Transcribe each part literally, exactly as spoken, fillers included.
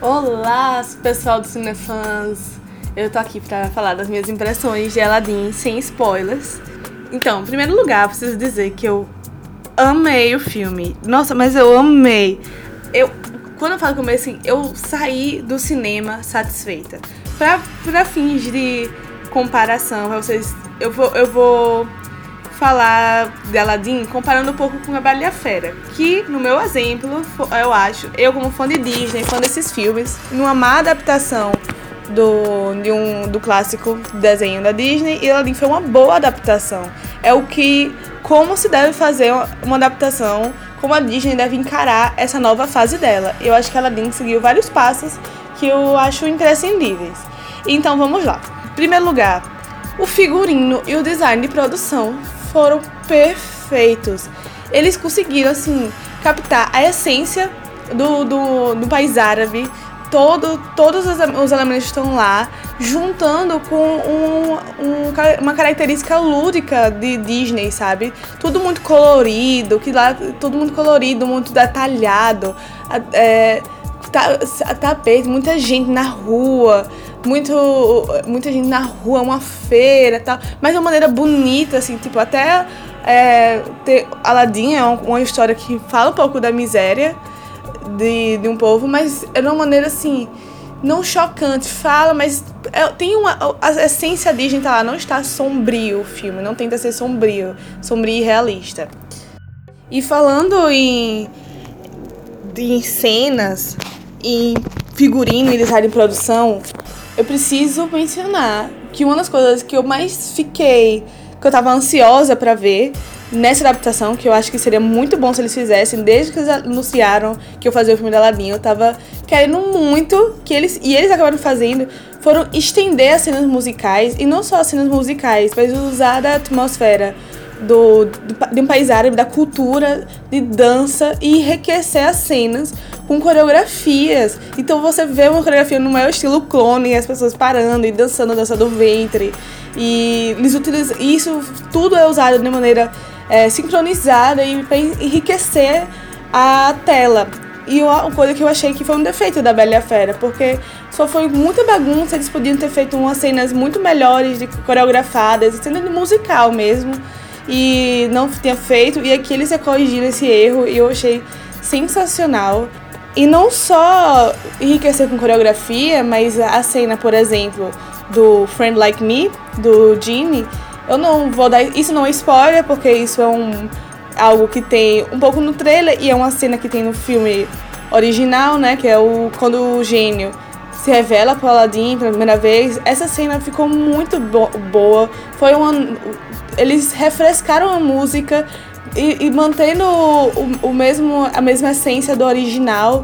Olá, pessoal do Cinefãs! Eu tô aqui pra falar das minhas impressões de Aladdin sem spoilers. Então, em primeiro lugar, preciso dizer que eu amei o filme. Nossa, mas eu amei! Eu, quando eu falo que eu amei, assim, eu saí do cinema satisfeita. Pra, pra fins de comparação, pra vocês, eu vou, eu vou falar de Aladdin comparando um pouco com A Bela e a Fera, que, no meu exemplo, eu acho, eu como fã de Disney, fã desses filmes, numa má adaptação do, de um, do clássico desenho da Disney, e Aladdin foi uma boa adaptação. É o que, como se deve fazer uma adaptação, como a Disney deve encarar essa nova fase dela. Eu acho que Aladdin seguiu vários passos que eu acho imprescindíveis. Então vamos lá. Em primeiro lugar, o figurino e o design de produção foram perfeitos. Eles conseguiram, assim, captar a essência do, do, do país árabe. Todo, todos os, os elementos estão lá, juntando com um, um, uma característica lúdica de Disney, sabe? Tudo muito colorido, que lá, tudo muito colorido, muito detalhado. É, tapete, muita gente na rua, muito, muita gente na rua, uma feira e tal, mas de uma maneira bonita, assim, tipo, até é, ter, Aladdin é uma, uma história que fala um pouco da miséria de, de um povo, mas é de uma maneira, assim, não chocante, fala, mas é, tem uma, a essência Disney tá lá, não está sombrio o filme, não tenta ser sombrio, sombrio e realista. E falando em, em cenas, em figurino e design de produção, eu preciso mencionar que uma das coisas que eu mais fiquei, que eu tava ansiosa pra ver nessa adaptação, que eu acho que seria muito bom se eles fizessem, desde que eles anunciaram que eu fazia o filme da Aladdin, eu tava querendo muito que eles, e eles acabaram fazendo, foram estender as cenas musicais, e não só as cenas musicais, mas usar da atmosfera do, do, de um país árabe, da cultura, de dança, e enriquecer as cenas com coreografias. Então você vê uma coreografia no maior estilo clone, as pessoas parando e dançando a dança do ventre. E eles utilizam, isso tudo é usado de maneira é, sincronizada e para enriquecer a tela. E uma coisa que eu achei que foi um defeito da Bela e a Fera, porque só foi muita bagunça, eles podiam ter feito umas cenas muito melhores, de coreografadas, cena de musical mesmo, e não tinha feito, e aqui eles corrigiram esse erro, e eu achei sensacional. E não só enriquecer com coreografia, mas a cena, por exemplo, do Friend Like Me, do Genie, eu não vou dar... Isso não é spoiler, porque isso é um, algo que tem um pouco no trailer, e é uma cena que tem no filme original, né, que é o, quando o gênio se revela pro Aladdin pela primeira vez. Essa cena ficou muito bo- boa, foi uma... Eles refrescaram a música, E, e mantendo o, o mesmo, a mesma essência do original,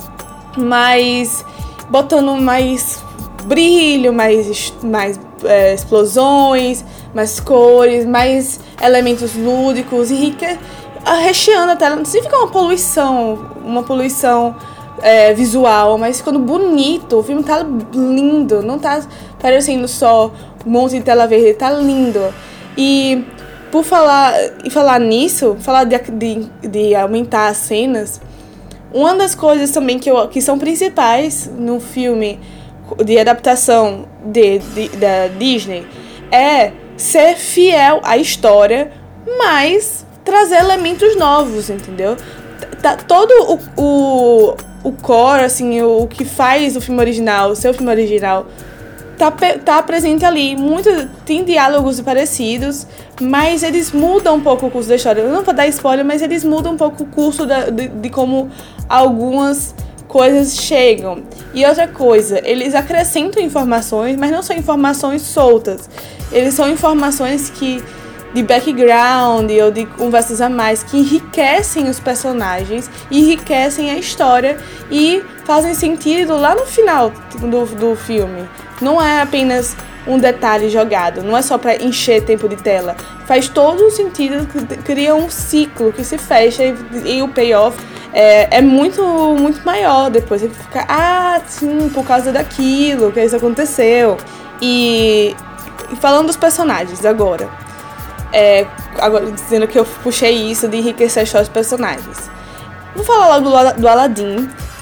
mas botando mais brilho, mais, mais é, explosões, mais cores, mais elementos lúdicos, e rica, recheando a tela. Não significa uma poluição, uma poluição é, visual, mas ficando bonito. O filme tá lindo, não tá parecendo só um monte de tela verde, tá lindo. E por falar, e falar nisso, falar de, de, de aumentar as cenas, uma das coisas também que, eu, que são principais no filme de adaptação de, de, da Disney é ser fiel à história, mas trazer elementos novos, entendeu? Tá, todo o, o, o core, assim, o, o que faz o filme original, o seu filme original, Tá, tá presente ali. Muito, tem diálogos parecidos, mas eles mudam um pouco o curso da história. Eu não vou dar spoiler, mas eles mudam um pouco o curso da, de, de como algumas coisas chegam. E outra coisa, eles acrescentam informações, mas não são informações soltas. Eles são informações que de background ou de conversas a mais, que enriquecem os personagens, enriquecem a história e fazem sentido lá no final do, do filme. Não é apenas um detalhe jogado, não é só para encher tempo de tela. Faz todo o sentido, cria um ciclo que se fecha e, e o payoff é, é muito, muito maior. Depois você fica, ah, sim, por causa daquilo, que isso aconteceu. E, e falando dos personagens agora, é, agora dizendo que eu puxei isso de enriquecer a história dos personagens. Vou falar logo do, do Aladdin,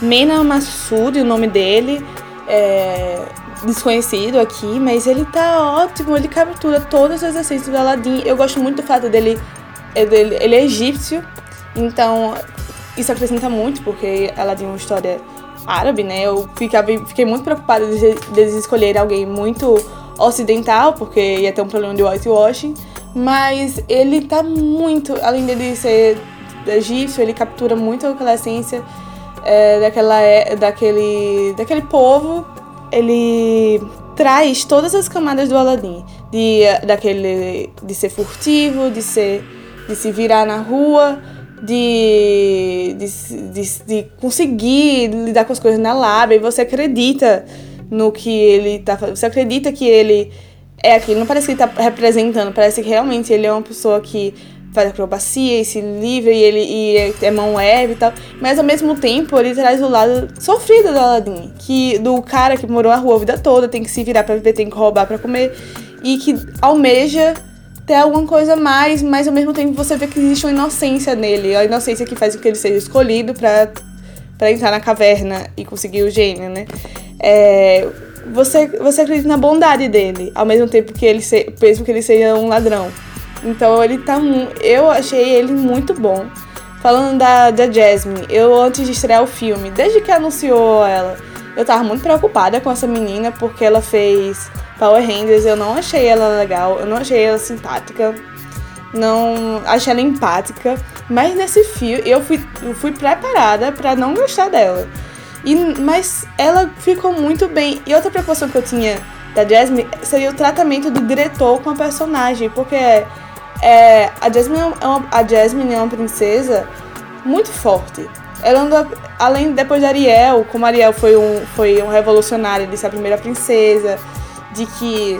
Mena Massoud, o nome dele, é desconhecido aqui, mas ele tá ótimo, ele captura todas as essências do Aladdin. Eu gosto muito do fato dele, ele, ele é egípcio, então isso acrescenta muito, porque Aladdin é uma história árabe, né? Eu ficava, fiquei muito preocupada de, de eles escolherem alguém muito ocidental, porque ia ter um problema de whitewashing, mas ele tá muito, além dele ser egípcio, ele captura muito aquela essência é, daquela, é, daquele, daquele povo. Ele traz todas as camadas do Aladdin, de, daquele, de ser furtivo, de, ser, de se virar na rua, de, de, de, de conseguir lidar com as coisas na lábia, e você acredita no que ele tá fazendo, você acredita que ele é aquilo, não parece que ele tá representando, parece que realmente ele é uma pessoa que faz acrobacia e se livra e ele e é mão leve e tal, mas ao mesmo tempo ele traz o lado sofrido do Aladdin, que, do cara que morou na rua a vida toda, tem que se virar pra viver, tem que roubar pra comer, e que almeja ter alguma coisa a mais, mas ao mesmo tempo você vê que existe uma inocência nele, a inocência que faz com que ele seja escolhido pra, pra entrar na caverna e conseguir o gênio, né? É, você, você acredita na bondade dele, ao mesmo tempo que ele, se, mesmo que ele seja um ladrão. Então ele tá muito. Eu achei ele muito bom. Falando da, da Jasmine, eu antes de estrear o filme, desde que anunciou ela, eu tava muito preocupada com essa menina, porque ela fez Power Rangers, eu não achei ela legal, eu não achei ela simpática, não achei ela empática, mas nesse filme eu fui, eu fui preparada pra não gostar dela. E, mas ela ficou muito bem. E outra preocupação que eu tinha da Jasmine seria o tratamento do diretor com a personagem, porque É, a, Jasmine é uma, a Jasmine é uma princesa muito forte. Ela anda, além, depois de Ariel, como Ariel foi um, foi um revolucionário de ser a primeira princesa, de que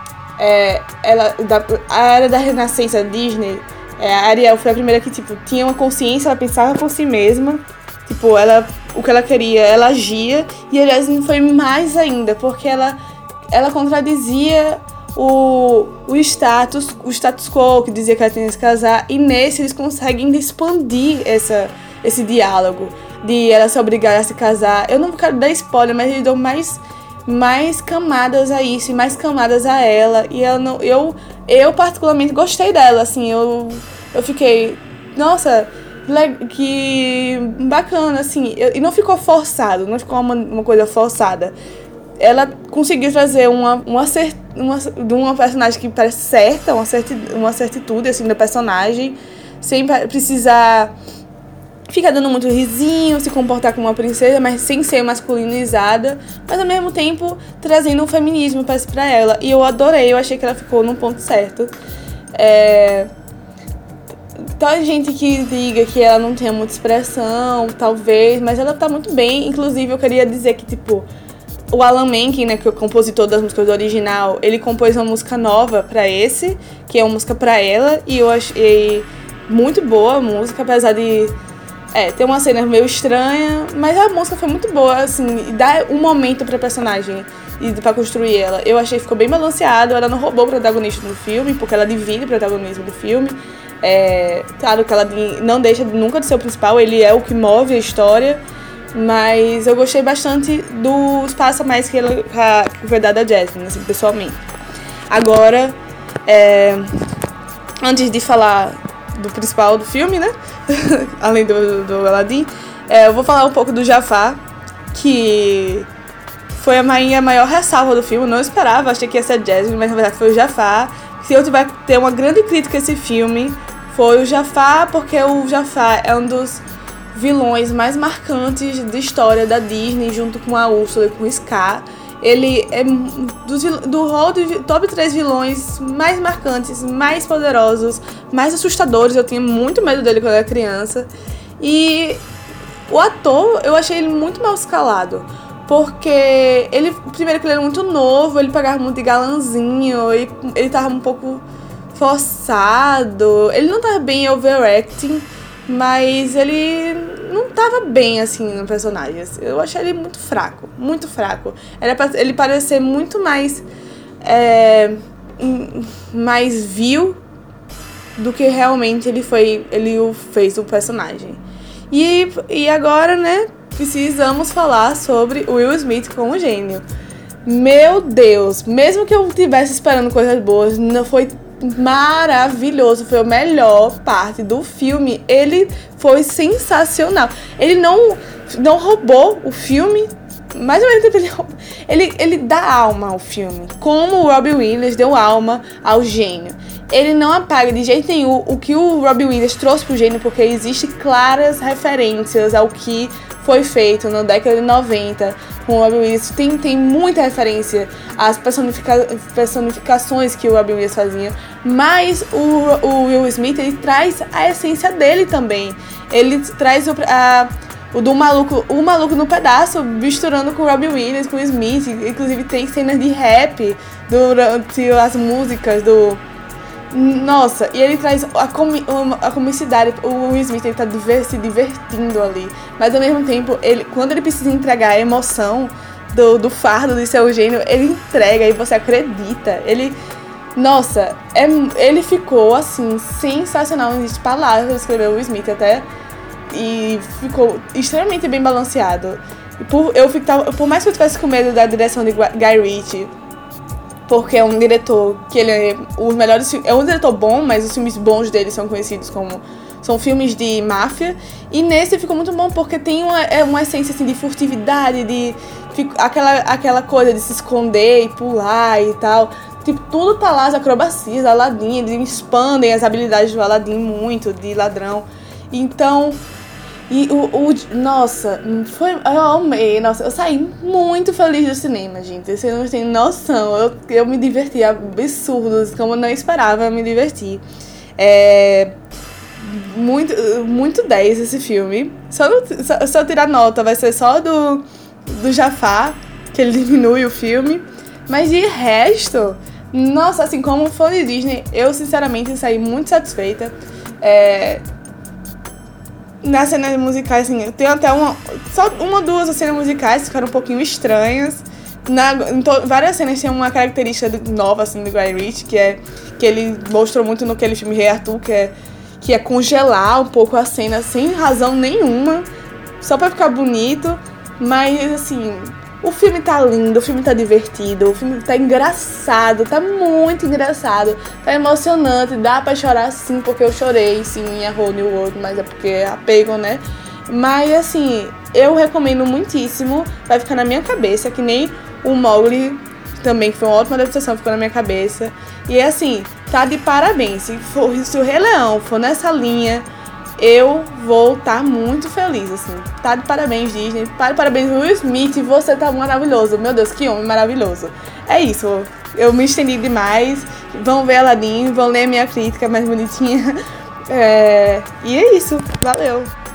é, ela, da, a era da renascença Disney, é, a Ariel foi a primeira que tipo, tinha uma consciência, ela pensava por si mesma, tipo, ela, o que ela queria, ela agia, e a Jasmine foi mais ainda, porque ela, ela contradizia O, o status, o status quo, que dizia que ela tinha que se casar, e nesse eles conseguem expandir essa, esse diálogo, de ela se obrigar a se casar. Eu não quero dar spoiler, mas eles dão mais, mais camadas a isso, e mais camadas a ela, e ela não, eu, eu particularmente gostei dela, assim, eu, eu fiquei, nossa, que bacana, assim, e não ficou forçado, não ficou uma, uma coisa forçada. Ela conseguiu trazer uma, uma, uma, uma personagem que parece certa, uma, certi, uma certitude assim, da personagem, sem precisar ficar dando muito risinho, se comportar como uma princesa, mas sem ser masculinizada, mas ao mesmo tempo trazendo um feminismo para ela. E eu adorei, eu achei que ela ficou no ponto certo. É... Tem gente que diga que ela não tem muita expressão, talvez, mas ela tá muito bem. Inclusive, eu queria dizer que, tipo, o Alan Menken, né, que é o compositor das músicas do original, ele compôs uma música nova pra esse, que é uma música pra ela, e eu achei muito boa a música, apesar de é, ter uma cena meio estranha, mas a música foi muito boa, assim, e dá um momento pra personagem e pra construir ela. Eu achei que ficou bem balanceado, ela não roubou o protagonista do filme, porque ela divide o protagonismo do filme. É, claro que ela não deixa nunca de ser o principal, ele é o que move a história. Mas eu gostei bastante do espaço a mais que, ela, que foi dado a Jasmine, assim, pessoalmente. Agora, é, antes de falar do principal do filme, né? Além do, do Aladdin, é, eu vou falar um pouco do Jafar, que foi a minha maior ressalva do filme. Eu não esperava, achei que ia ser a Jasmine, mas na verdade foi o Jafar. Se eu tiver que ter uma grande crítica a esse filme, foi o Jafar, porque o Jafar é um dos vilões mais marcantes da história da Disney, junto com a Úrsula e com o Scar. Ele é dos, do rol de top três vilões mais marcantes, mais poderosos, mais assustadores. Eu tinha muito medo dele quando eu era criança. E o ator, eu achei ele muito mal escalado, porque ele, primeiro que ele era muito novo, ele pegava muito de galanzinho, e ele tava um pouco forçado, ele não tava bem overacting, mas ele não tava bem, assim, no personagem. Eu achei ele muito fraco, muito fraco. Era pra ele parecer muito mais, é, mais vil do que realmente ele foi, ele o fez o personagem. E, e agora, né, precisamos falar sobre o Will Smith como gênio. Meu Deus, mesmo que eu estivesse esperando coisas boas, não foi maravilhoso, foi a melhor parte do filme. Ele foi sensacional. Ele não, não roubou o filme, mais ou menos ele, ele, ele dá alma ao filme, como o Robin Williams deu alma ao gênio. Ele não apaga de jeito nenhum o que o Robin Williams trouxe pro gênio, porque existem claras referências ao que foi feito na década de noventa com o Robin Williams. Tem, tem muita referência às personifica, personificações que o Robin Williams fazia, mas o, o Will Smith, ele traz a essência dele também. Ele traz o, a, o do maluco, o maluco no pedaço, misturando com o Robin Williams, com o Smith. Inclusive tem cenas de rap durante as músicas do... Nossa, e ele traz a, comi- a comicidade. O Will Smith, ele tá diver- se divertindo ali, mas ao mesmo tempo, ele, quando ele precisa entregar a emoção do, do fardo de ser o gênio, ele entrega e você acredita. Ele, nossa, é, ele ficou assim, sensacional. Não existe palavras pra escrever o Will Smith até, e ficou extremamente bem balanceado. Por, eu ficava, por mais que eu tivesse com medo da direção de Guy Ritchie, porque é um diretor que ele é os melhores, é um diretor bom, mas os filmes bons dele são conhecidos como são filmes de máfia, e nesse ficou muito bom porque tem uma, é uma essência assim de furtividade, de fico, aquela, aquela coisa de se esconder e pular e tal. Tipo, tudo tá lá, as acrobacias, Aladdin, eles expandem as habilidades do Aladdin muito, de ladrão. Então, e o, o nossa, foi, eu amei, nossa, eu saí muito feliz do cinema, gente, vocês não têm noção, eu, eu me diverti absurdos, como eu não esperava me divertir. É, muito, muito dez esse filme, só no, só, se eu tirar nota vai ser só do, do Jafar, que ele diminui o filme, mas de resto, nossa, assim, como fã de Disney, eu sinceramente saí muito satisfeita. É, nas cenas musicais, assim, tem até uma, só uma ou duas cenas musicais que ficaram um pouquinho estranhas. Na, em to, várias cenas tem uma característica nova, assim, do Guy Ritchie, que é que ele mostrou muito no aquele filme Rei Arthur, que é, que é congelar um pouco a cena sem razão nenhuma, só pra ficar bonito. Mas, assim, o filme tá lindo, o filme tá divertido, o filme tá engraçado, tá muito engraçado, tá emocionante, dá pra chorar sim, porque eu chorei sim em A Whole New World, mas é porque é apego, né? Mas assim, eu recomendo muitíssimo, vai ficar na minha cabeça, que nem o Mowgli também, que foi uma ótima adaptação, ficou na minha cabeça. E assim, tá de parabéns, se, for, se o Rei Leão for nessa linha, eu vou estar muito feliz, assim. Tá de parabéns, Disney. Tá de parabéns, Will Smith. Você tá maravilhoso. Meu Deus, que homem maravilhoso. É isso. Eu me estendi demais. Vão ver Aladdin. Vão ler minha crítica mais bonitinha. É... E é isso. Valeu.